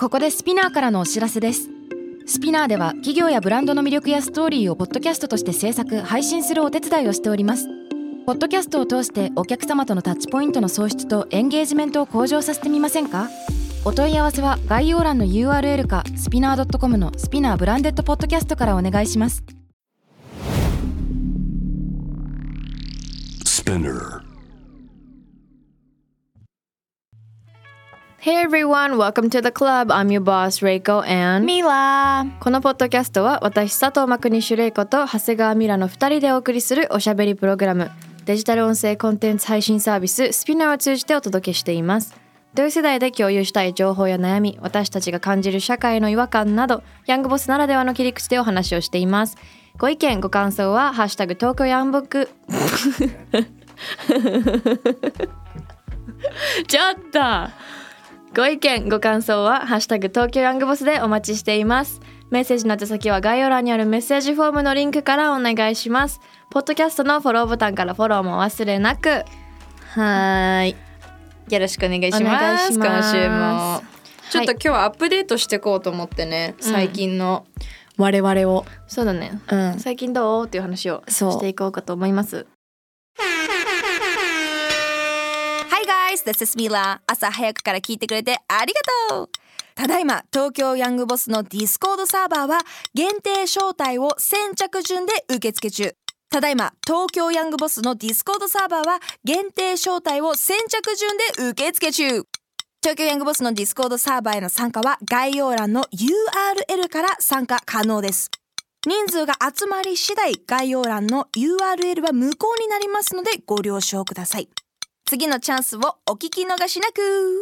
ここでスピナーからのお知らせです。スピナーでは企業やブランドの魅力やストーリーをポッドキャストとして制作・配信するお手伝いをしております。ポッドキャストを通してお客様とのタッチポイントの創出とエンゲージメントを向上させてみませんか？お問い合わせは概要欄の URL かスピナー .com のスピナーブランデッドポッドキャストからお願いします。 Hey everyone, welcome to the club. I'm your boss, Reiko and Mila。 このポッドキャストは私佐藤真国主玲子と長谷川ミラの2人でお送りするおしゃべりプログラム、デジタル音声コンテンツ配信サービススピナーを通じてお届けしています。同世代で共有したい情報や悩み、私たちが感じる社会の違和感など、ヤングボスならではの切り口でお話をしています。ご意見ご感想はハッシュタグ東京ヤンボクちょっとご意見ご感想はハッシュタグ東京ヤングボスでお待ちしています。メッセージの宛先は概要欄にあるメッセージフォームのリンクからお願いします。ポッドキャストのフォローボタンからフォローも忘れなく。はい、 よろしくお願いします。今週もちょっと今日はアップデートしていこうと思ってね、最近の我々を、 そうだね、最近どうっていう話をしていこうかと思います。 Hi guys, this is Mila. 朝早くから聞いてくれてありがとう。ただいま東京ヤングボスのディスコードサーバーは限定招待を先着順で受付中。ただいま東京ヤングボスのディスコードサーバーは限定招待を先着順で受付中。東京ヤングボスのディスコードサーバーへの参加は概要欄の URL から参加可能です。人数が集まり次第概要欄の URL は無効になりますのでご了承ください。次のチャンスをお聞き逃しなく。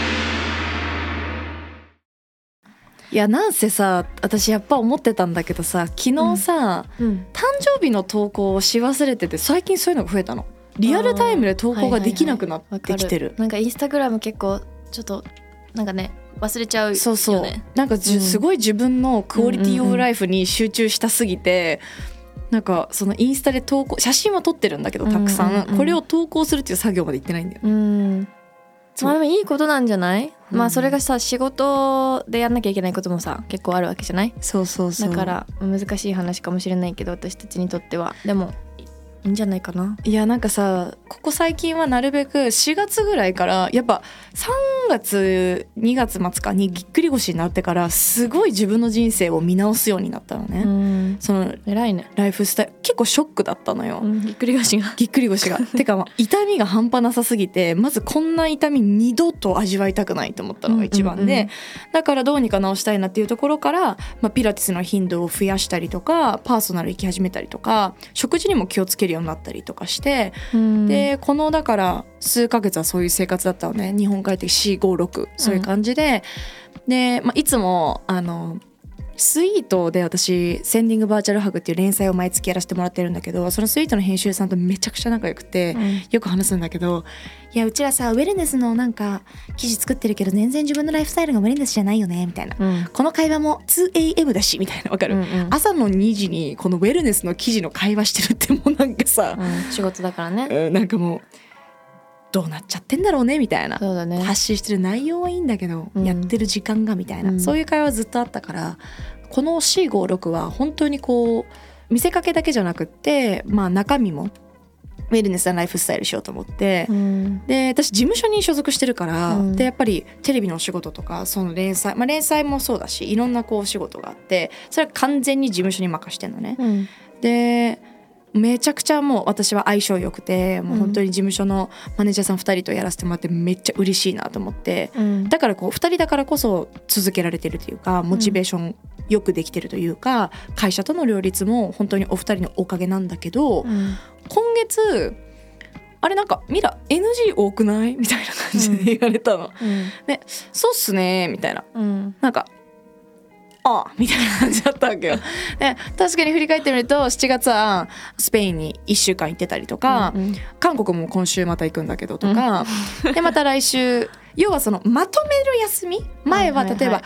いやなんせさ、私やっぱ思ってたんだけどさ、昨日さ、誕生日の投稿をし忘れてて、最近そういうのが増えたの。リアルタイムで投稿ができなくなってきてる。 なんかインスタグラム結構ちょっとなんかね忘れちゃうよね。 そうそう、なんかすごい自分のクオリティオブライフに集中したすぎて、なんかそのインスタで投稿、写真は撮ってるんだけどたくさん、これを投稿するっていう作業まで行ってないんだよ。 まあでもいいことなんじゃない？まあそれがさ、仕事でやんなきゃいけないこともさ結構あるわけじゃない？ そうそうそう。 だから難しい話かもしれないけど、私たちにとってはでもいいんじゃないかな。 いやなんかさ、ここ最近はなるべく4月ぐらいからやっぱ3月2月末かにぎっくり腰になってからすごい自分の人生を見直すようになったのね。その偉いね。 ライフスタイル結構ショックだったのよ、 ぎっくり腰がてか、痛みが半端なさすぎて、まずこんな痛み二度と味わいたくないと思ったのが一番で、だからどうにか治したいなっていうところから、ピラティスの頻度を増やしたりとか、パーソナル行き始めたりとか、食事にも気をつけるようになったりとかして、でこのだから数ヶ月はそういう生活だったのね。日本帰って456そういう感じで、で、いつもスイートで私センディングバーチャルハグっていう連載を毎月やらせてもらってるんだけど、そのスイートの編集さんとめちゃくちゃ仲良くて、よく話すんだけど、いやうちらさウェルネスのなんか記事作ってるけど全然自分のライフスタイルがウェルネスじゃないよねみたいな、この会話も 2am だしみたいな、わかる、朝の2時にこのウェルネスの記事の会話してるってもうなんかさ、 仕事だからね、 なんかもうどうなっちゃってんだろうねみたいな、 そうだね、 発信してる内容はいいんだけど、やってる時間がみたいな、そういう会話ずっとあったから、この C56 は本当にこう見せかけだけじゃなくって、中身もウェルネスなライフスタイルしようと思って、で私事務所に所属してるから、でやっぱりテレビのお仕事とかその連載、連載もそうだしいろんなこうお仕事があって、それは完全に事務所に任してんのね、でめちゃくちゃもう私は相性良くて、もう本当に事務所のマネージャーさん2人とやらせてもらってめっちゃ嬉しいなと思って、だからこう2人だからこそ続けられてるというか、モチベーションよくできてるというか、会社との両立も本当にお二人のおかげなんだけど、今月あれなんかミラ NG 多くないみたいな感じで言われたの、でそうっすねみたいな、なんかみたいな感じだったわけよ。で確かに振り返ってみると7月はスペインに1週間行ってたりとか、韓国も今週また行くんだけどとか、でまた来週要はそのまとめる休み、前は例えば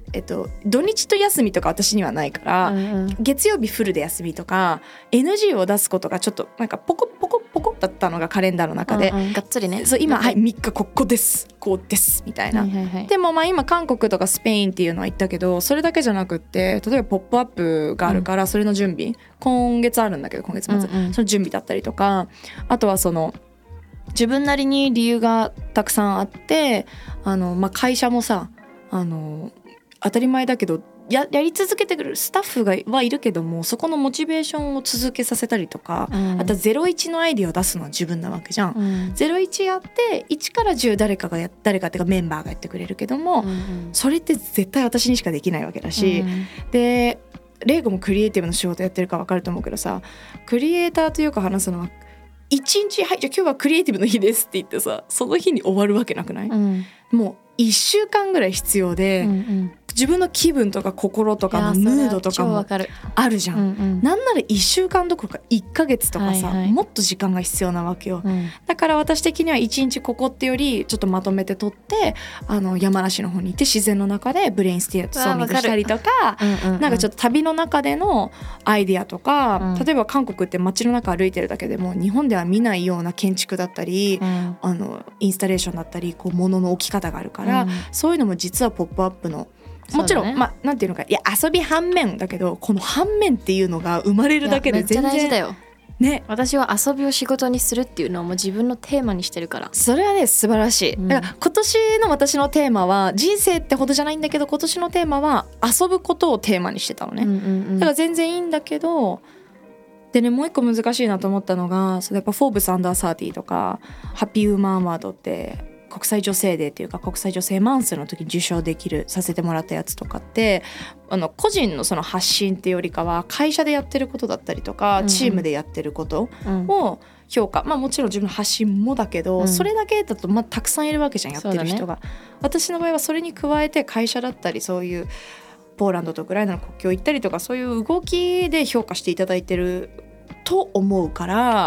土日と休みとか私にはないから、月曜日フルで休みとか NG を出すことがちょっとなんかポコポコポコだったのがカレンダーの中で、 がっつりね。 そう今、はい、3日ここですこうですみたいな、でもまあ今韓国とかスペインっていうのは言ったけど、それだけじゃなくって例えばポップアップがあるからそれの準備、今月あるんだけど今月末、その準備だったりとか、あとはその自分なりに理由がたくさんあって、会社もさ当たり前だけど やり続けてくれるスタッフはいるけども、そこのモチベーションを続けさせたりとか、あと01のアイディアを出すのは自分なわけじゃん、01やって1から10誰かっていうかメンバーがやってくれるけども、それって絶対私にしかできないわけだし、でレイコもクリエイティブの仕事やってるか分かると思うけどさ、クリエイターというか話すのは1日はいじゃあ今日はクリエイティブの日ですって言ってさ、その日に終わるわけなくない、もう1週間ぐらい必要で、自分の気分とか心とかのムードとかもあるじゃん、なんなら1週間どころか1ヶ月とかさ、もっと時間が必要なわけよ、だから私的には1日ここってよりちょっとまとめて取って山梨の方に行って自然の中でブレインスティーミングしたりとか、なんかちょっと旅の中でのアイディアとか、例えば韓国って街の中歩いてるだけでも日本では見ないような建築だったり、インスタレーションだったりこう物の置き方があるから、そういうのも実はポップアップのもちろん、なんていうのか、いや遊び反面だけど、この反面っていうのが生まれるだけで全然めっちゃ大事だよね。 私は遊びを仕事にするっていうのをもう自分のテーマにしてるから、 それはね素晴らしい、だから今年の私のテーマは人生ってほどじゃないんだけど、今年のテーマは遊ぶことをテーマにしてたのね、だから全然いいんだけど、でねもう一個難しいなと思ったのが、それやっぱフォーブスアンダー30とかハッピーウーマンアワードって国際女性デーっていうか国際女性マンスの時に受賞させてもらったやつとかって、個人のその発信っていうよりかは会社でやってることだったりとか、チームでやってることを評価、もちろん自分の発信もだけど、それだけだとたくさんいるわけじゃん、やってる人が、私の場合はそれに加えて会社だったりそういうポーランドとウクライナの国境行ったりとか、そういう動きで評価していただいてると思うから、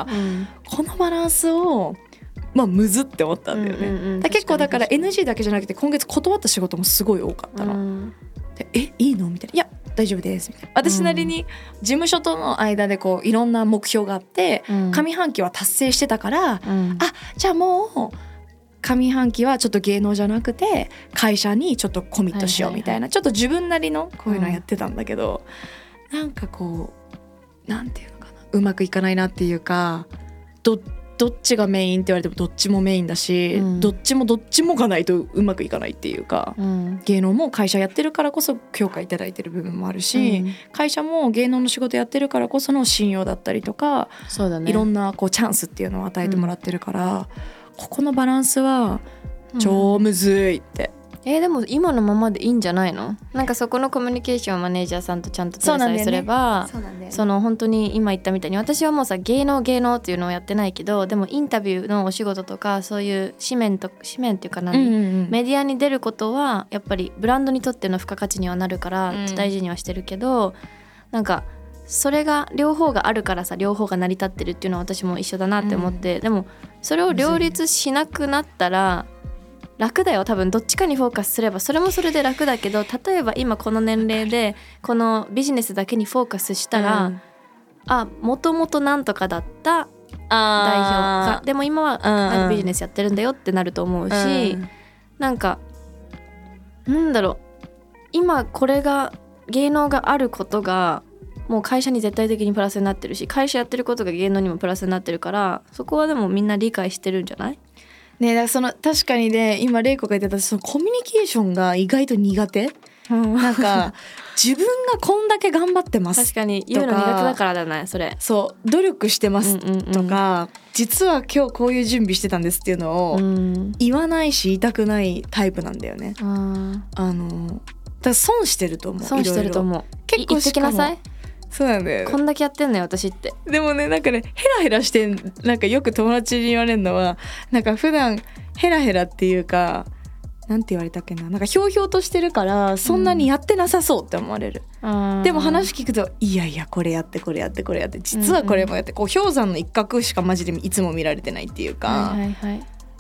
このバランスをむずって思ったんだよね、結構だから NG だけじゃなくて今月断った仕事もすごい多かったの、でいいのみたいな、いや大丈夫ですみたいな、私なりに事務所との間でこういろんな目標があって、上半期は達成してたから、じゃあもう上半期はちょっと芸能じゃなくて会社にちょっとコミットしようみたいな、ちょっと自分なりのこういうのやってたんだけど、なんかこうなんていうのかな、うまくいかないなっていうか、どっちがメインって言われてもどっちもメインだし、どっちもがないとうまくいかないっていうか、芸能も会社やってるからこそ評価いただいてる部分もあるし、会社も芸能の仕事やってるからこその信用だったりとか、いろんなこうチャンスっていうのを与えてもらってるから、ここのバランスは超むずいって、 でも今のままでいいんじゃないの？なんかそこのコミュニケーションをマネージャーさんとちゃんと取りさえすれば、その本当に今言ったみたいに、私はもうさ芸能っていうのをやってないけど、でもインタビューのお仕事とかそういう紙面っていうかメディアに出ることはやっぱりブランドにとっての付加価値にはなるから大事にはしてるけど、なんかそれが両方があるからさ、両方が成り立ってるっていうのは私も一緒だなって思って、でもそれを両立しなくなったら楽だよ。多分どっちかにフォーカスすればそれもそれで楽だけど、例えば今この年齢でこのビジネスだけにフォーカスしたら、もともとなんとかだった代表がでも今はビジネスやってるんだよってなると思うし、なんかなんだろう、今これが芸能があることがもう会社に絶対的にプラスになってるし、会社やってることが芸能にもプラスになってるから、そこはでもみんな理解してるんじゃないね。だから確かにね、今玲子が言ってたそのコミュニケーションが意外と苦手、なんか自分がこんだけ頑張ってます確かに言うの苦手だからだね。それそう努力してますとか、実は今日こういう準備してたんですっていうのを言わないし言いたくないタイプなんだよね。だから損してると思う。 損してると思う。結構言ってきなさい。 そうなんだよね。 こんだけやってんのよ私って。 でもね、なんかねヘラヘラしてなんかよく友達に言われるのは、なんか普段ヘラヘラっていうか、なんて言われたっけな、なんかひょうひょうとしてるからそんなにやってなさそうって思われる、でも話聞くといやいやこれやってこれやってこれやって、実はこれもやって、こう氷山の一角しかマジでいつも見られてないっていうか、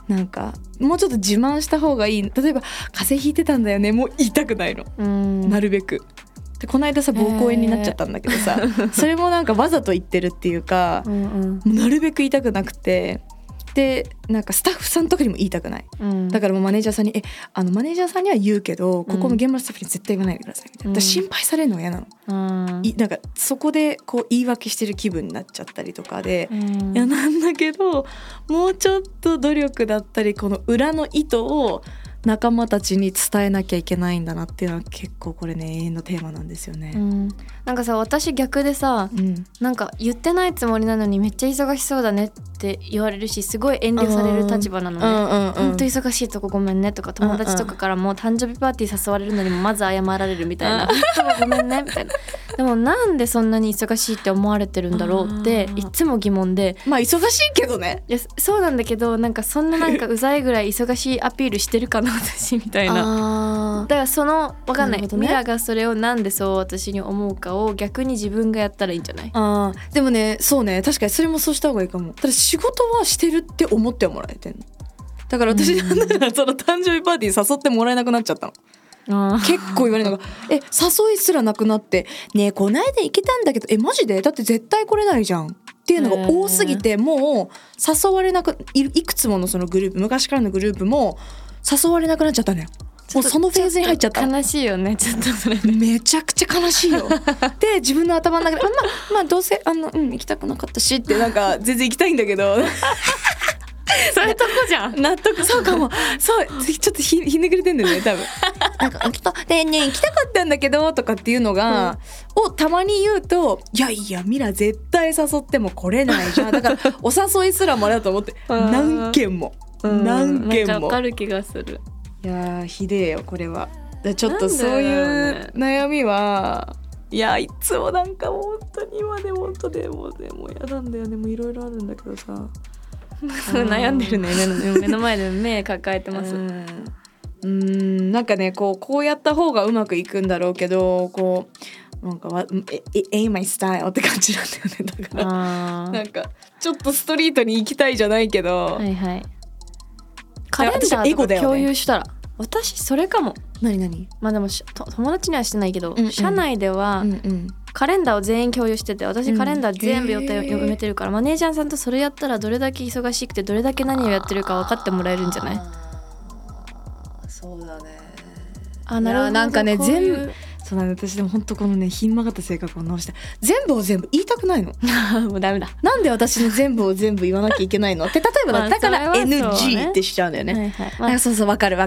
なんかもうちょっと自慢した方がいい。例えば風邪ひいてたんだよねもう言いたくないの、なるべく。でこの間さ膀胱炎になっちゃったんだけどさ、それもなんかわざと言ってるっていうか、もうなるべく言いたくなくて、でなんかスタッフさんとかにも言いたくない、だからもうマネージャーさんにマネージャーさんには言うけど、ここの現場のスタッフに絶対言わないでくださいみたいな、だから心配されるのが嫌なの、なんかそこでこう言い訳してる気分になっちゃったりとかで、いやなんだけどもうちょっと努力だったりこの裏の意図を仲間たちに伝えなきゃいけないんだなっていうのは結構これね永遠のテーマなんですよね、 なんかさ私逆でさ、なんか言ってないつもりなのにめっちゃ忙しそうだねって言われるし、すごい遠慮される立場なのね、ほんと忙しいとこごめんねとか、友達とかからも誕生日パーティー誘われるのにもまず謝られるみたいな、ほんとごめんねみたいな。でもなんでそんなに忙しいって思われてるんだろうっていつも疑問で、 まあ忙しいけどね。 いやそうなんだけど、なんかそんななんかうざいぐらい忙しいアピールしてるかな私みたいな。だからそのわかんない、ミラがそれをなんでそう私に思うかを逆に自分がやったらいいんじゃない？ でもねそうね、確かにそれもそうした方がいいかも。ただ仕事はしてるって思ってもらえてんの。だから私なんならその誕生日パーティー誘ってもらえなくなっちゃったの。結構言われるのが誘いすらなくなって、ねえこないだ行けたんだけどマジでだって絶対来れないじゃんっていうのが多すぎて、もう誘われなく、いくつものそのグループ、昔からのグループも誘われなくなっちゃったのよ。もうそのフェーズに入っちゃった。 悲しいよねちょっとそれめちゃくちゃ悲しいよで自分の頭の中でまあどうせ行きたくなかったしってなんか全然行きたいんだけどそういうとこじゃん。 納得。そうかも。そうちょっとひねくれてんだよね多分なんかちょっとね行きたかったんだけどとかっていうのが、をたまに言うと、いやミラ絶対誘っても来れないじゃん、だからお誘いすらもらうと思って何件もなんか分かる気がする。 いやひでえよこれは。ちょっとそういう悩みは、いやいつもなんかもう本当に今でも本当でも嫌なんだよね。もういろいろあるんだけどさ悩んでるね。目の前で目抱えてます。 なんかねこうやった方がうまくいくんだろうけど、こうなんかain't my style って感じなんだよね。だからなんかちょっとストリートに行きたいじゃないけど、 はいはい、カレンダーとか共有したら、私それかも。 何まあでも友達にはしてないけど、社内では、カレンダーを全員共有してて、私カレンダー全部予定を埋めてるから、マネージャーさんとそれやったらどれだけ忙しくてどれだけ何をやってるか分かってもらえるんじゃない？ そうだね。 なるほど。 なんかね全部そうだね。私でも本当このねひん曲がった性格を直して、全部を全部言いたくないのもうダメだ。 なんで私の全部を全部言わなきゃいけないのって、例えばだから NG ってしちゃうんだよね。そうわかる。や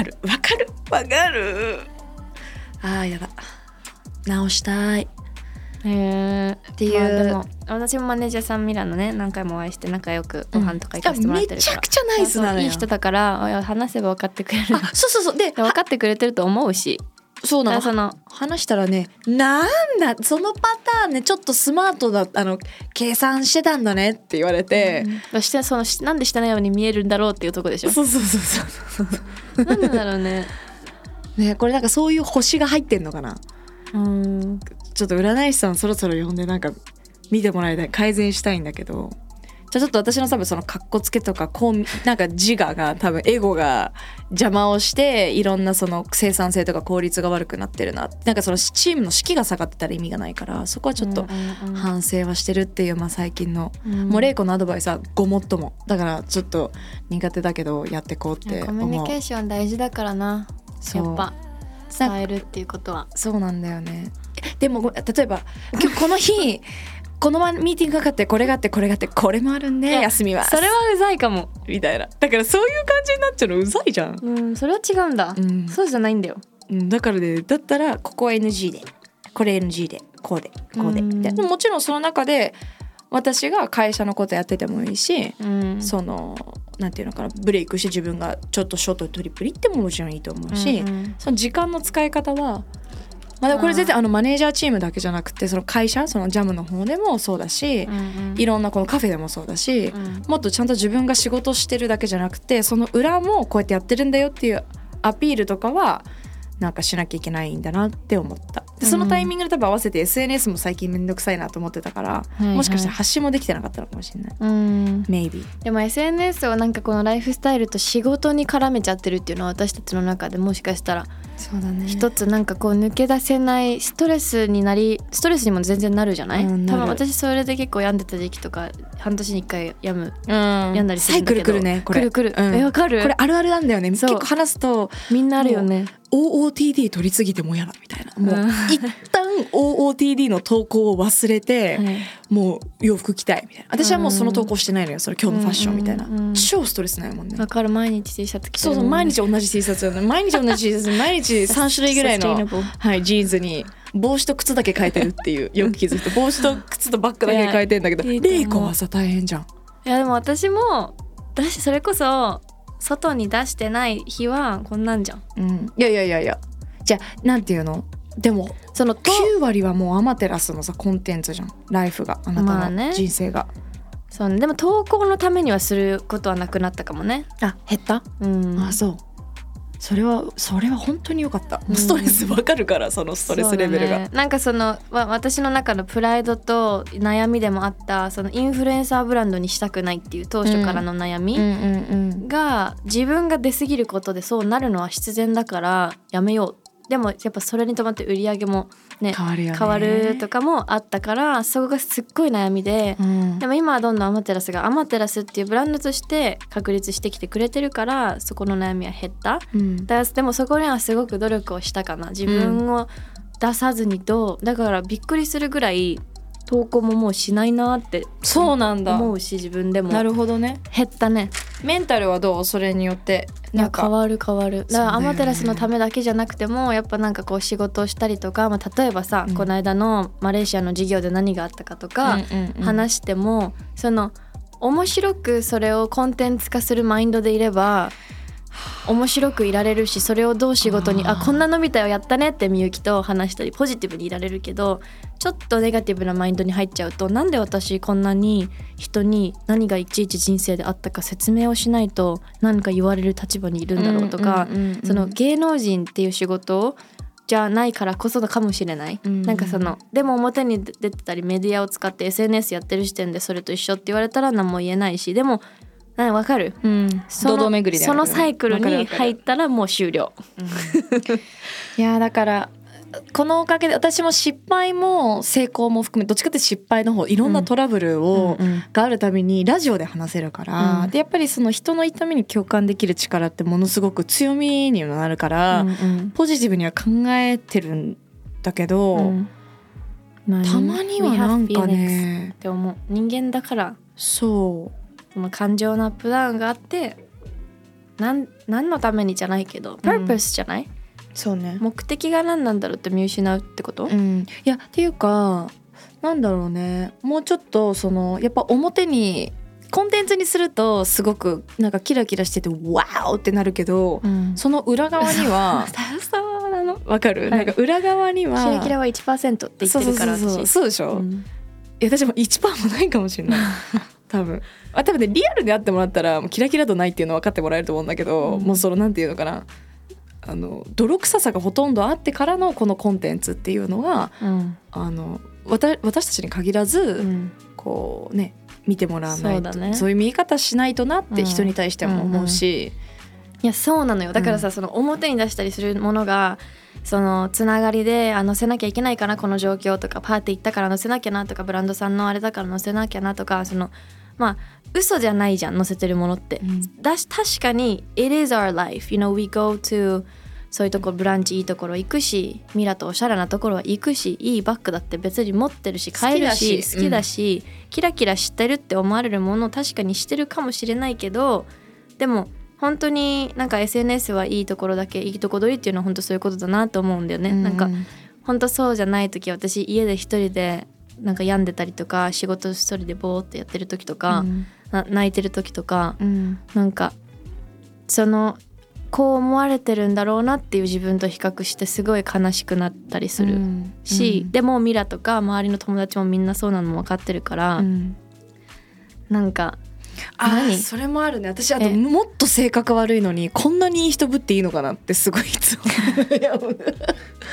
だ直したいっていう、 でも私もマネージャーさんミラのね何回もお会いして仲良くご飯とか行かせてもらってるから、 めちゃくちゃナイスなのよ。 いい人だから話せば分かってくれる。 そうで分かってくれてると思うし、 そうなの。話したらね、なんだそのパターンね、ちょっとスマートだ計算してたんだねって言われて、 なんでしてないように見えるんだろうっていうとこでしょ。そうなんでだろうね。 ね、これなんかそういう星が入ってんのかな。ちょっと占い師さんそろそろ呼んでなんか見てもらいたい、改善したいんだけど、じゃあちょっと私の多分そのカッコつけとかなんか自我が多分エゴが邪魔をして、いろんなその生産性とか効率が悪くなってるな、なんかそのチームの士気が下がってたら意味がないから、そこはちょっと反省はしてるっていう、まあ最近のもう玲子のアドバイスはごもっともだから、ちょっと苦手だけどやってこうって思う。 コミュニケーション大事だからな、やっぱ伝えるっていうことは。 そうなんだよね。でも例えば今日この日このミーティングがあってこれがあってこれもあるんで休みはそれはうざいかもみたいな。だからそういう感じになっちゃうのうざいじゃん。 それは違うんだ、そうじゃないんだよ。 だからね、だったらここは NG でこれ NG でこうででももちろんその中で私が会社のことやっててもいいし、そのなんていうのかな、ブレイクして自分がちょっとショートトリプルいってももちろんいいと思うし、その時間の使い方はでもこれ全然マネージャーチームだけじゃなくて、その会社、そのジャムの方でもそうだし、いろんなこのカフェでもそうだし、もっとちゃんと自分が仕事してるだけじゃなくて、その裏もこうやってやってるんだよっていうアピールとかはなんかしなきゃいけないんだなって思った。 でそのタイミングで多分合わせて SNS も最近めんどくさいなと思ってたから、 はいはい、 もしかしたら発信もできてなかったのかもしれない、maybe。 でも SNS をなんかこのライフスタイルと仕事に絡めちゃってるっていうのは私たちの中でもしかしたらそうだね、 一つなんかこう抜け出せないストレスにも全然なるじゃない、多分私それで結構病んでた時期とか半年に1回病んだりするんだけど、 サイクルくるねこれ、 くる、わかる、 これあるあるなんだよね。結構話すとみんなあるよね。 OOTD 取りすぎてもやだみたいな、もう一旦 OOTD の投稿を忘れて、はい、もう洋服着たいみたいな。私はもうその投稿してないのよ、それ今日のファッションみたいな、超ストレスないもんね。 わかる、毎日 T シャツ着てる、 そう毎日同じ T シャツよね、毎日同じ T シャツ毎日3種類ぐらいの、はい、ジーンズに帽子と靴だけ変えてるっていうよく気づいて帽子と靴とバッグだけ変えてんだけど、レイコはさ大変じゃん。 いやでも私もそれこそ外に出してない日はこんなんじゃん、 いやじゃあなんていうの、でもその9割はもうアマテラスのさコンテンツじゃん、ライフが、あなたの人生が、 そうね、でも投稿のためにはすることはなくなったかもね。 あ、減った？あ、そう。それは本当に良かった。ストレスわかるから、そのストレスレベルが、 なんかその私の中のプライドと悩みでもあったそのインフルエンサーブランドにしたくないっていう当初からの悩みが自分が出過ぎることでそうなるのは必然だからやめよう。でもやっぱそれに伴って売り上げもね変わるとかもあったから、そこがすっごい悩みで、でも今はどんどんアマテラスがアマテラスっていうブランドとして確立してきてくれてるから、そこの悩みは減った、でもそこにはすごく努力をしたかな、自分を出さずにだからびっくりするぐらい投稿ももうしないなってそうなんだ思うし、自分でも。なるほどね、 減ったね。 メンタルはどう？それによってなんか変わるだからアマテラスのためだけじゃなくてもやっぱなんかこう仕事をしたりとか、例えばさ、この間のマレーシアの授業で何があったかとか話しても、その面白くそれをコンテンツ化するマインドでいれば面白くいられるし、それをどう仕事にこんな伸びたよやったねってみゆきと話したりポジティブにいられるけど、ちょっとネガティブなマインドに入っちゃうと、なんで私こんなに人に何がいちいち人生であったか説明をしないと何か言われる立場にいるんだろうとか、その芸能人っていう仕事じゃないからこそかもしれない、なんかそのでも表に出てたりメディアを使って SNS やってる時点でそれと一緒って言われたら何も言えないし、でもわかる、 堂々巡りだよね。 そのサイクルに入ったらもう終了、 いやだからこのおかげで私も失敗も成功も含めどっちかって失敗の方、いろんなトラブルがあるたびにラジオで話せるから、でやっぱりその人の痛みに共感できる力ってものすごく強みにもなるから、ポジティブには考えてるんだけど、たまにはなんかねって思う。人間だからそう感情のアップダウンがあって、何のためにじゃないけどパーパスじゃない、 そうね、 目的が何なんだろうって見失うってこと、 いやっていうかなんだろうね、もうちょっとそのやっぱ表にコンテンツにするとすごくなんかキラキラしててワーオってなるけど、その裏側にはそうなのわかる、なんか裏側にはキラキラは 1% って言ってるからそうでしょ、いや私も 1% もないかもしれない多分ね、リアルで会ってもらったらもうキラキラ度ないっていうの分かってもらえると思うんだけど、もうそのなんていうのかな、泥臭さがほとんどあってからのこのコンテンツっていうのが、私たちに限らず、こうね見てもらわないと、そういう見え方しないとなって人に対しても思うし、 いやそうなのよ。だからさ、その表に出したりするものがそのつながりで載せなきゃいけないかなこの状況とか、パーティー行ったから載せなきゃなとか、ブランドさんのあれだから載せなきゃなとか、その嘘じゃないじゃん載せてるものって、確かに It is our life, you know, we go to そういうところブランチいいところ行くし、ミラとおしゃれなところは行くし、いいバッグだって別に持ってるし買えるし好きだし、キラキラしてるって思われるものを確かにしてるかもしれないけど、でも本当になんか SNS はいいところだけいいとこ取りっていうのは本当そういうことだなと思うんだよね、なんか本当そうじゃない時、私家で一人でなんか病んでたりとか、仕事一人でボーってやってる時とか、泣いてる時とか、なんかそのこう思われてるんだろうなっていう自分と比較してすごい悲しくなったりするし、でもミラとか周りの友達もみんなそうなのも分かってるから、なんかそれもあるね。私あともっと性格悪いのにこんなにいい人ぶっていいのかなってすごいいつも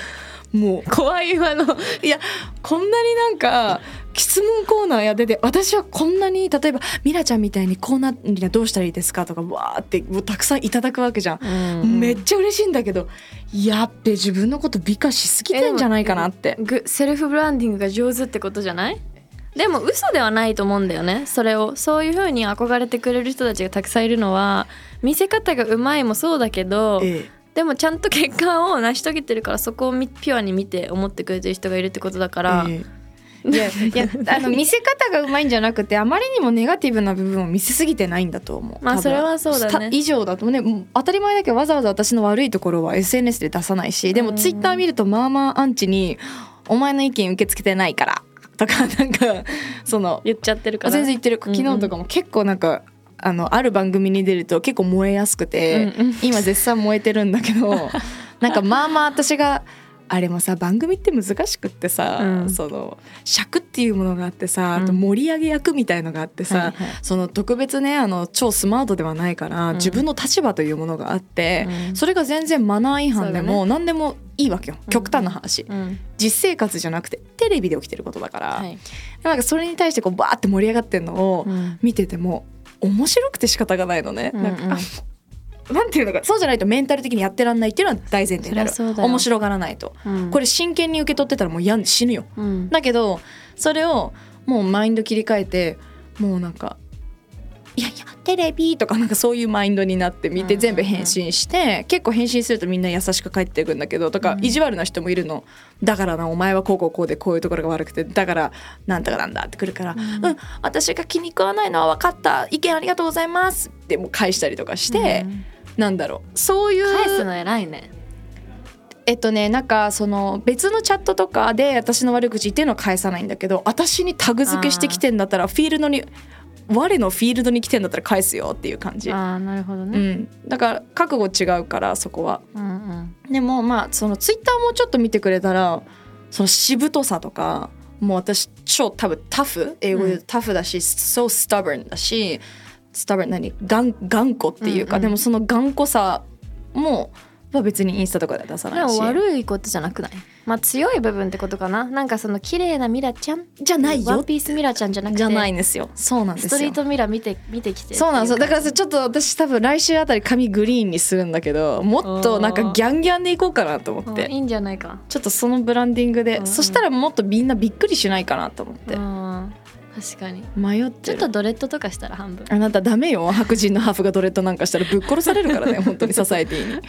もう怖い今の。 いやこんなになんか質問コーナーやってて、私はこんなに例えばミラちゃんみたいにこうなりゃどうしたらいいですかとかわーってもうたくさんいただくわけじゃん、めっちゃ嬉しいんだけど、やっべ自分のこと美化しすぎてんじゃないかなって。 セルフブランディングが上手ってことじゃない？でも嘘ではないと思うんだよね。それをそういう風に憧れてくれる人たちがたくさんいるのは、見せ方がうまいもそうだけど、でもちゃんと結果を成し遂げてるから、そこをピュアに見て思ってくれてる人がいるってことだから、 いや見せ方がうまいんじゃなくて、あまりにもネガティブな部分を見せすぎてないんだと思う。 まあそれはそうだね。 以上だとね、当たり前だけどわざわざ私の悪いところは SNS で出さないし、でもツイッター見るとまあまあアンチにお前の意見受け付けてないからとかなんかその言っちゃってるから。 全然言ってる。昨日とかも結構なんかある番組に出ると結構燃えやすくて、今絶賛燃えてるんだけどなんかまあまあ私があれもさ、番組って難しくってさ、その尺っていうものがあってさ、あと盛り上げ役みたいのがあってさ、その特別ね超スマートではないから、自分の立場というものがあって、それが全然マナー違反でも何でもいいわけよ、極端な話、実生活じゃなくてテレビで起きてることだから、なんかそれに対してこうバーって盛り上がってるのを見てても面白くて仕方がないのね、なんかなんていうのか、そうじゃないとメンタル的にやってらんないっていうのは大前提である。面白がらないと、これ真剣に受け取ってたらもう病んで死ぬよ、だけどそれをもうマインド切り替えて、もうなんかいやいやテレビとかなんかそういうマインドになって見て全部返信して、結構返信するとみんな優しく返ってくんだけど、とか意地悪な人もいるの。だからなお前はこうこうこうでこういうところが悪くてだからなんだかなんだってくるから、私が気に食わないのは分かった、意見ありがとうございますってもう返したりとかして、なんだろう、そういう返すの偉いね。 なんかその別のチャットとかで私の悪口っていうのは返さないんだけど、私にタグ付けしてきてんだったらフィールドに我のフィールドに来てんだったら返すよっていう感じ。 なるほどね、 だから覚悟違うからそこは、でもまあそのツイッターもちょっと見てくれたら、そのしぶとさとか、もう私超多分タフ、英語で言うとタフだし、so stubborn だし、stubborn 頑固っていうか、でもその頑固さも別にインスタとかで出さないし。 でも悪いことじゃなくない？まあ強い部分ってことかな。なんかその綺麗なミラちゃんじゃないよ、 ワンピースミラちゃんじゃなくて、 じゃないんですよ。そうなんですよ。 ストリートミラ見てきて。 そうなんですよ。だからちょっと私多分来週あたり髪グリーンにするんだけど、もっとなんかギャンギャンでいこうかなと思って。 いいんじゃないか。 ちょっとそのブランディングで、そしたらもっとみんなびっくりしないかなと思って。 確かに迷ってちょっとドレッドとかしたら半分。 あなたダメよ、白人のハーフがドレッドなんかしたらぶっ殺されるからね本当にソサエティに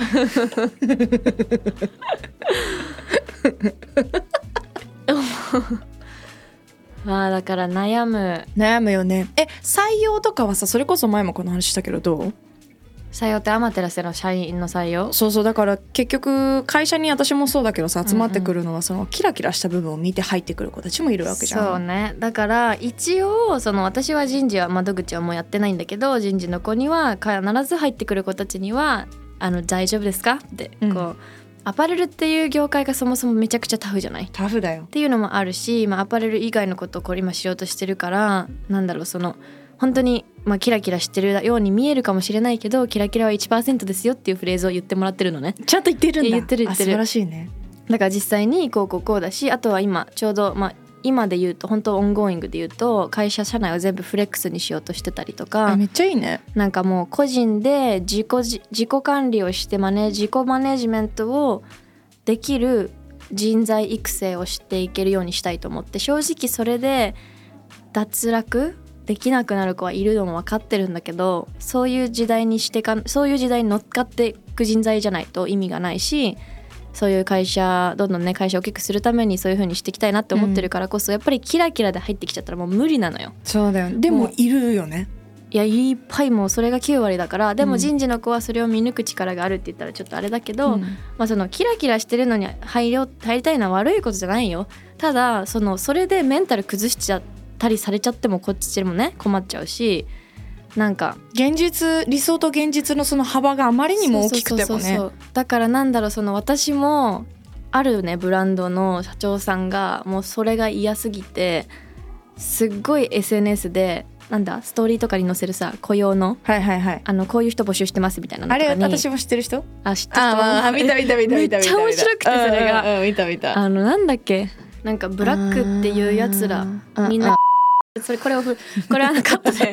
まあだから悩むよね。採用とかはさ、それこそ前もこの話したけどどう？ 採用ってアマテラスの社員の採用？ そうだから結局会社に私もそうだけどさ、集まってくるのはそのキラキラした部分を見て入ってくる子たちもいるわけじゃん。 そうね。だから一応その私は人事は窓口はもうやってないんだけど、人事の子には必ず入ってくる子たちには大丈夫ですかってこう、アパレルっていう業界がそもそもめちゃくちゃタフじゃない？ タフだよっていうのもあるし、アパレル以外のことをこれ今しようとしてるから、なんだろう、その本当にキラキラしてるように見えるかもしれないけど、キラキラは 1% ですよっていうフレーズを言ってもらってるのね。 ちゃんと言ってるんだ。 言ってる素晴らしいね。 だから実際にこうだし、あとは今ちょうど今で言うと本当オンゴーイングで言うと、会社社内を全部フレックスにしようとしてたりとか。 めっちゃいいね。 なんかもう個人で自己管理をして自己マネジメントをできる人材育成をしていけるようにしたいと思って、正直それで脱落できなくなる子はいるのも分かってるんだけど、そういう時代に乗っかっていく人材じゃないと意味がないし、そういう会社どんどんね会社を大きくするためにそういう風にしていきたいなって思ってるからこそ、やっぱりキラキラで入ってきちゃったらもう無理なのよ。 そうだよ。でもいるよね。 いやいっぱい、もうそれが9割だから。でも人事の子はそれを見抜く力があるって言ったらちょっとあれだけど、そのキラキラしてるのに入りたいのは悪いことじゃないよ。ただそれでメンタル崩しちゃったりされちゃってもこっちもね困っちゃうし、なんか理想と現実のその幅があまりにも大きくてもね。 そうだからなんだろう、私もあるねブランドの社長さんがもうそれが嫌すぎて、すっごい SNS でなんだストーリーとかに載せるさ雇用のはいはいはい。 こういう人募集してますみたいなのあとかにれ私も知ってる人？ 知ってる人見ためっちゃ面白くてそれが見た。 なんだっけなんかブラックっていうやつらみんなこれはカットで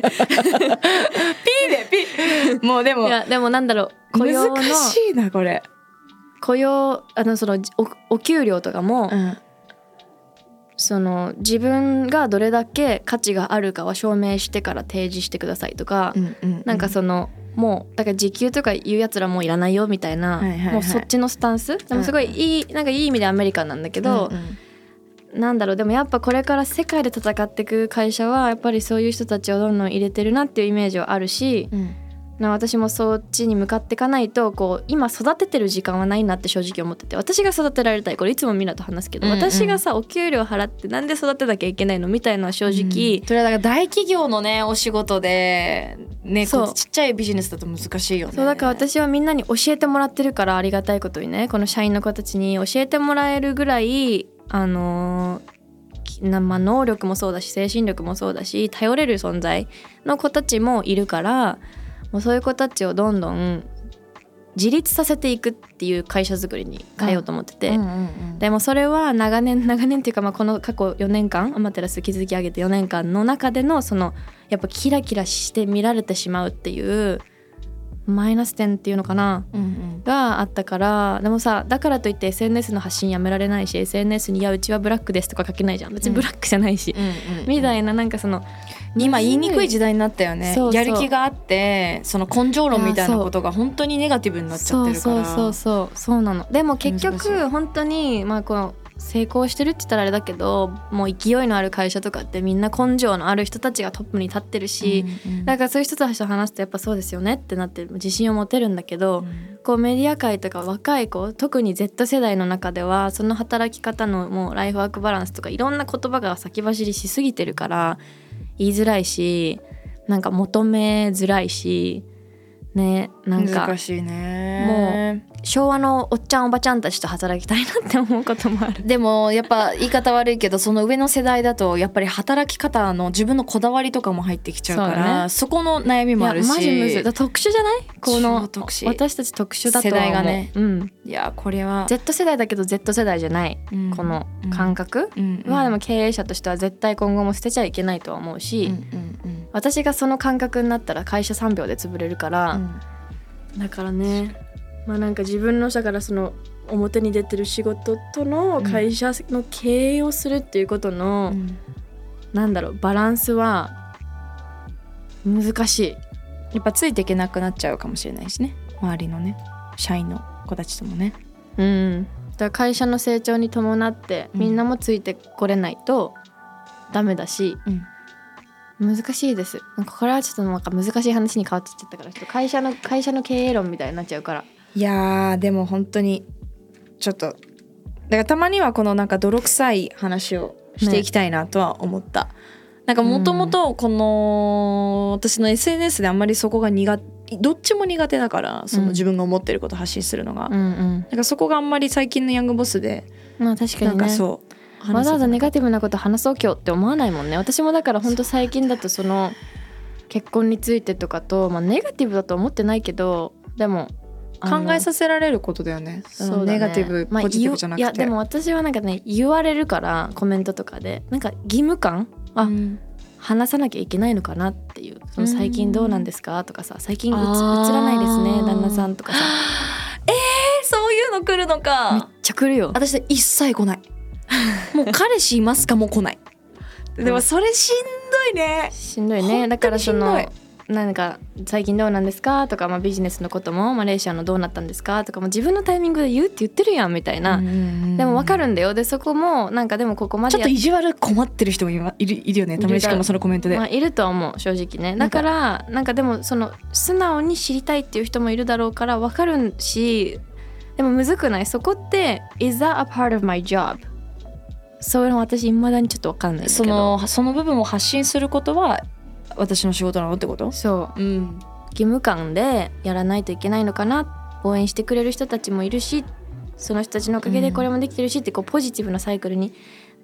ピーもうでもいやでもなんだろう雇用の難しいなこれ。 雇用そのお給料とかも、その自分がどれだけ価値があるかは証明してから提示してくださいとか、なんかそのもうだから時給とかいうやつらもういらないよみたいな、もうそっちのスタンスでもすごいいいなんかいい意味でアメリカンなんだけど、なんだろうでもやっぱこれから世界で戦っていく会社はやっぱりそういう人たちをどんどん入れてるなっていうイメージはあるし、私もそっちに向かっていかないとこう今育ててる時間はないなって正直思ってて、私が育てられたいこれいつもみんなと話すけど、私がさお給料払ってなんで育てなきゃいけないのみたいな正直、 それはだから大企業のねお仕事でねそうちっちゃいビジネスだと難しいよね。 そうだから私はみんなに教えてもらってるからありがたいことにねこの社員の子たちに教えてもらえるぐらい能力もそうだし精神力もそうだし頼れる存在の子たちもいるから、もうそういう子たちをどんどん自立させていくっていう会社づくりに変えようと思ってて、でもそれは長年っていうか、この過去4年間アマテラス築き上げて4年間の中でのそのやっぱキラキラして見られてしまうっていうマイナス点っていうのかな、があったから。でもさだからといって SNS の発信やめられないし SNS にいやうちはブラックですとか書けないじゃん別にブラックじゃないし、みたいななんかその今言いにくい時代になったよね。やる気があってその根性論みたいなことが本当にネガティブになっちゃってるから。 そうなの。でも結局本当にこの成功してるって言ったらあれだけどもう勢いのある会社とかってみんな根性のある人たちがトップに立ってるし、だからそういう人たちと話すとやっぱそうですよねってなって自信を持てるんだけど、こうメディア界とか若い子特に Z 世代の中ではその働き方のもうライフワークバランスとかいろんな言葉が先走りしすぎてるから言いづらいしなんか求めづらいしね、なんか難しいね。 もう昭和のおっちゃんおばちゃんたちと働きたいなって思うこともある。 でもやっぱ言い方悪いけどその上の世代だとやっぱり働き方の自分のこだわりとかも入ってきちゃうから そこの悩みもあるし。 マジむずい。特殊じゃないこの特殊私たち特殊だと思う世代がね、いやこれは Z 世代だけど Z 世代じゃない、この感覚はでも経営者としては絶対今後も捨てちゃいけないとは思うし、私がその感覚になったら会社3秒で潰れるから、だからねなんか自分のだからその表に出てる仕事との会社の経営をするっていうことの、なんだろうバランスは難しい。 やっぱついていけなくなっちゃうかもしれないしね周りのね社員の子たちともね。 だから会社の成長に伴ってみんなもついてこれないとダメだし、難しいです。これはちょっとなんか難しい話に変わってきちゃったからちょっと会社の経営論みたいになっちゃうから。 いやでも本当にちょっとだからたまにはこのなんか泥臭い話をしていきたいなとは思った、なんかもともとこの私の SNS であんまりそこがどっちも苦手だからその自分が思ってることを発信するのが、なんかそこがあんまり最近のヤングボスで確かにねなんかそうわざわざネガティブなこと話そう今日って思わないもんね。私もだから本当最近だとその結婚についてとかと、ネガティブだと思ってないけどでも考えさせられることだよね。そうだね、ネガティブ、ポジティブじゃなくて。 いやでも私はなんかね言われるからコメントとかでなんか義務感話さなきゃいけないのかなっていう、その最近どうなんですかとかさ最近映らないですね旦那さんとかさそういうの来るのか。 めっちゃ来るよ。 私一切来ない。もう彼氏いますかも来ない。でもそれしんどいね。 しんどいね。だからそのなんか最近どうなんですかとか、ビジネスのこともマレーシアのどうなったんですかとかも自分のタイミングで言うって言ってるやんみたいな、でも分かるんだよ。でそこもなんかでもここまでちょっと意地悪困ってる人もいるよね。たまにしかもそのコメントで、 いるとは思う正直ね。だからなんかでもその素直に知りたいっていう人もいるだろうから分かるし、でもむずくない？そこって Is that a part of my job？ そういうの私未だにちょっと分かんないんだけど、 その部分を発信することは私の仕事なのってこと？ そう、義務感でやらないといけないのかな。応援してくれる人たちもいるしその人たちのおかげでこれもできてるしってこうポジティブなサイクルに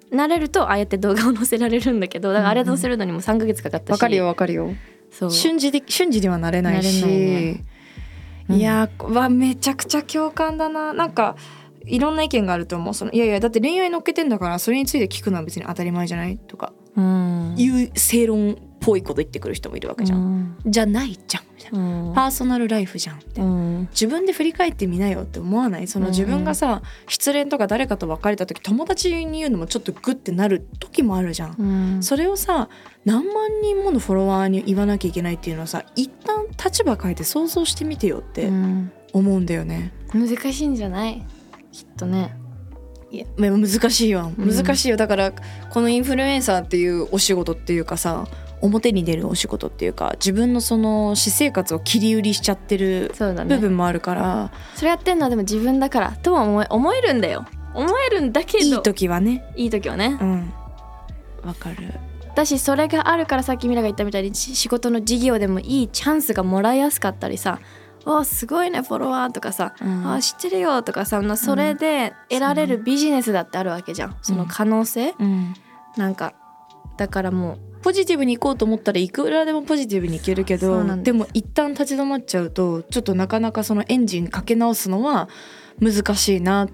慣れるとああやって動画を載せられるんだけど、だからあれ載せるのにも3ヶ月かかったし。 わかるよわかるよ。 そう瞬時にはなれないし、いやめちゃくちゃ共感だな。なんかいろんな意見があると思う。いやだって恋愛乗っけてんだからそれについて聞くのは別に当たり前じゃないとかいう正論っぽいこと言ってくる人もいるわけじゃん、じゃないじゃんみたいな、パーソナルライフじゃんみたいな、自分で振り返ってみなよって思わない？その自分がさ、失恋とか誰かと別れた時友達に言うのもちょっとグッてなる時もあるじゃん、それをさ何万人ものフォロワーに言わなきゃいけないっていうのはさ、一旦立場変えて想像してみてよって思うんだよね、 難しいんじゃないきっとね。 いや難しいよ難しいよ。だからこのインフルエンサーっていうお仕事っていうかさ、表に出るお仕事っていうか、自分のその私生活を切り売りしちゃってる部分もあるから、 それやってんのはでも自分だからとは思えるんだよ。思えるんだけど、 いい時はねわかる。 だしそれがあるから、さっきミラが言ったみたいに仕事の事業でもいいチャンスがもらいやすかったりさ、すごいねフォロワーとかさ、知ってるよとかさ、それで得られるビジネスだってあるわけじゃん、その可能性、なんかだからもうポジティブに行こうと思ったらいくらでもポジティブに行けるけど、でも一旦立ち止まっちゃうとちょっとなかなかそのエンジンかけ直すのは難しいなって、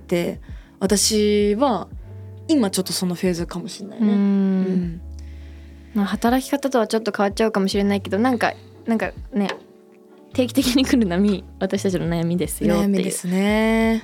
私は今ちょっとそのフェーズかもしれないね。 働き方とはちょっと変わっちゃうかもしれないけど、なんかね定期的に来る波、私たちの悩みですよっていう。 悩みですね。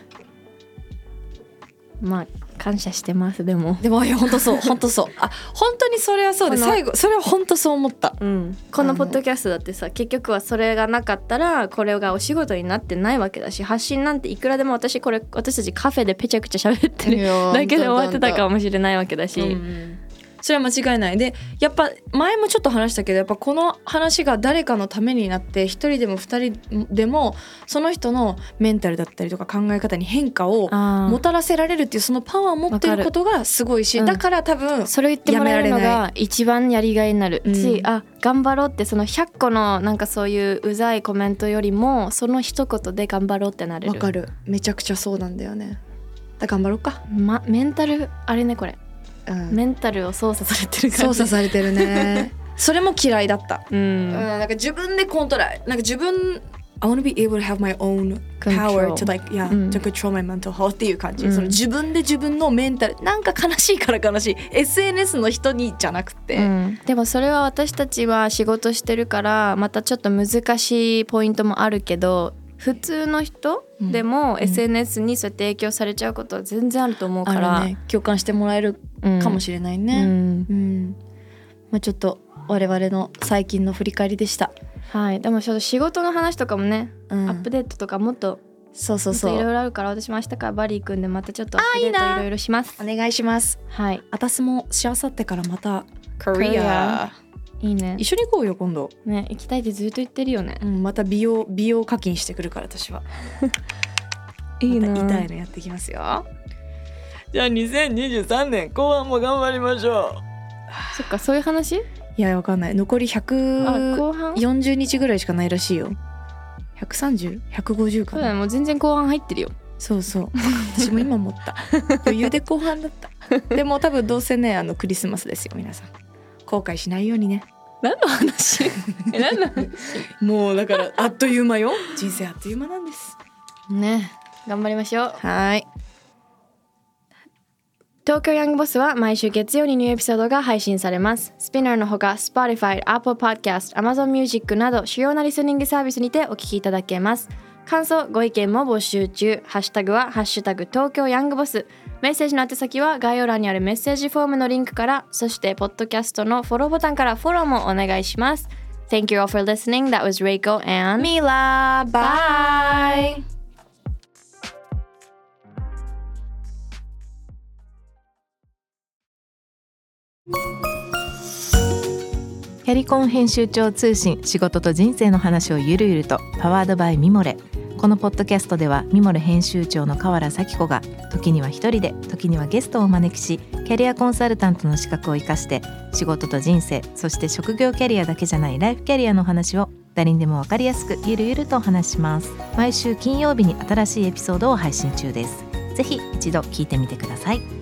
感謝してます。でもいや本当そう本当そう本当にそれはそうで、最後それは本当そう思った、 このポッドキャストだってさ、結局はそれがなかったらこれがお仕事になってないわけだし、発信なんていくらでも私たちカフェでペチャクチャ喋ってるだけで終わってたかもしれないわけだし、 それは間違いない。でやっぱ前もちょっと話したけど、やっぱこの話が誰かのためになって一人でも二人でもその人のメンタルだったりとか考え方に変化をもたらせられるっていうそのパワーを持ってることがすごいし、だから多分それを言ってもらえるのが一番やりがいになるし、頑張ろうって、その100個のなんかそういううざいコメントよりもその一言で頑張ろうってなれる。 わかる、めちゃくちゃそうなんだよね。頑張ろうか、 メンタルあれね、これメンタルを操作されてる感じ。 操作されてるねそれも嫌いだった、なんか自分でコントロール、なんか自分 I want to be able to have my own power to like to control my mental health っていう感じ、その自分で自分のメンタル、なんか悲しいから悲しい SNS の人にじゃなくて、 でもそれは私たちは仕事してるからまたちょっと難しいポイントもあるけど、普通の人でも SNS にそうやって影響されちゃうことは全然あると思うから、 共感してもらえるかもしれないね、ちょっと我々の最近の振り返りでした。 でもちょっと仕事の話とかもね、アップデートとかもっといろいろあるから、私も明日からバリー組んでまたちょっとアップデートいろいろします。 お願いします。私もしあさってからまたコリアいいね、 一緒に行こうよ今度ね。行きたいってずっと言ってるよね、 また美容課金してくるから私はいいな、また痛いのやってきますよ。じゃあ2023年後半も頑張りましょう。 そっか、そういう話？ いやわかんない、残り140日ぐらいしかないらしいよ。130、150かな。 そうだね、もう全然後半入ってるよ。 そう私も今思った余裕で後半だったでも多分どうせねクリスマスですよ皆さん、後悔しないようにね。 何の話何の話もうだからあっという間よ人生あっという間なんですね。頑張りましょう。 はい。 東京ヤングボスは毎週月曜にニューエピソードが配信されます。スピナーのほか Spotify、Apple Podcast、Amazon Music など主要なリスニングサービスにてお聞きいただけます。感想、ご意見も募集中。ハッシュタグはハッシュタグ東京ヤングボス。メッセージの宛先は概要欄にあるメッセージフォームのリンクから、そしてポッドキャストのフォローボタンからフォローもお願いします。Thank you all for listening. That was Reiko and Mila. Bye. キャリコン編集長通信、仕事と人生の話をゆるゆると、パワードバイミモレ。このポッドキャストではミモレ編集長の河原咲子が時には一人で、時にはゲストをお招きし、キャリアコンサルタントの資格を生かして仕事と人生、そして職業キャリアだけじゃないライフキャリアの話を誰にでも分かりやすくゆるゆるとお話します。毎週金曜日に新しいエピソードを配信中です。ぜひ一度聞いてみてください。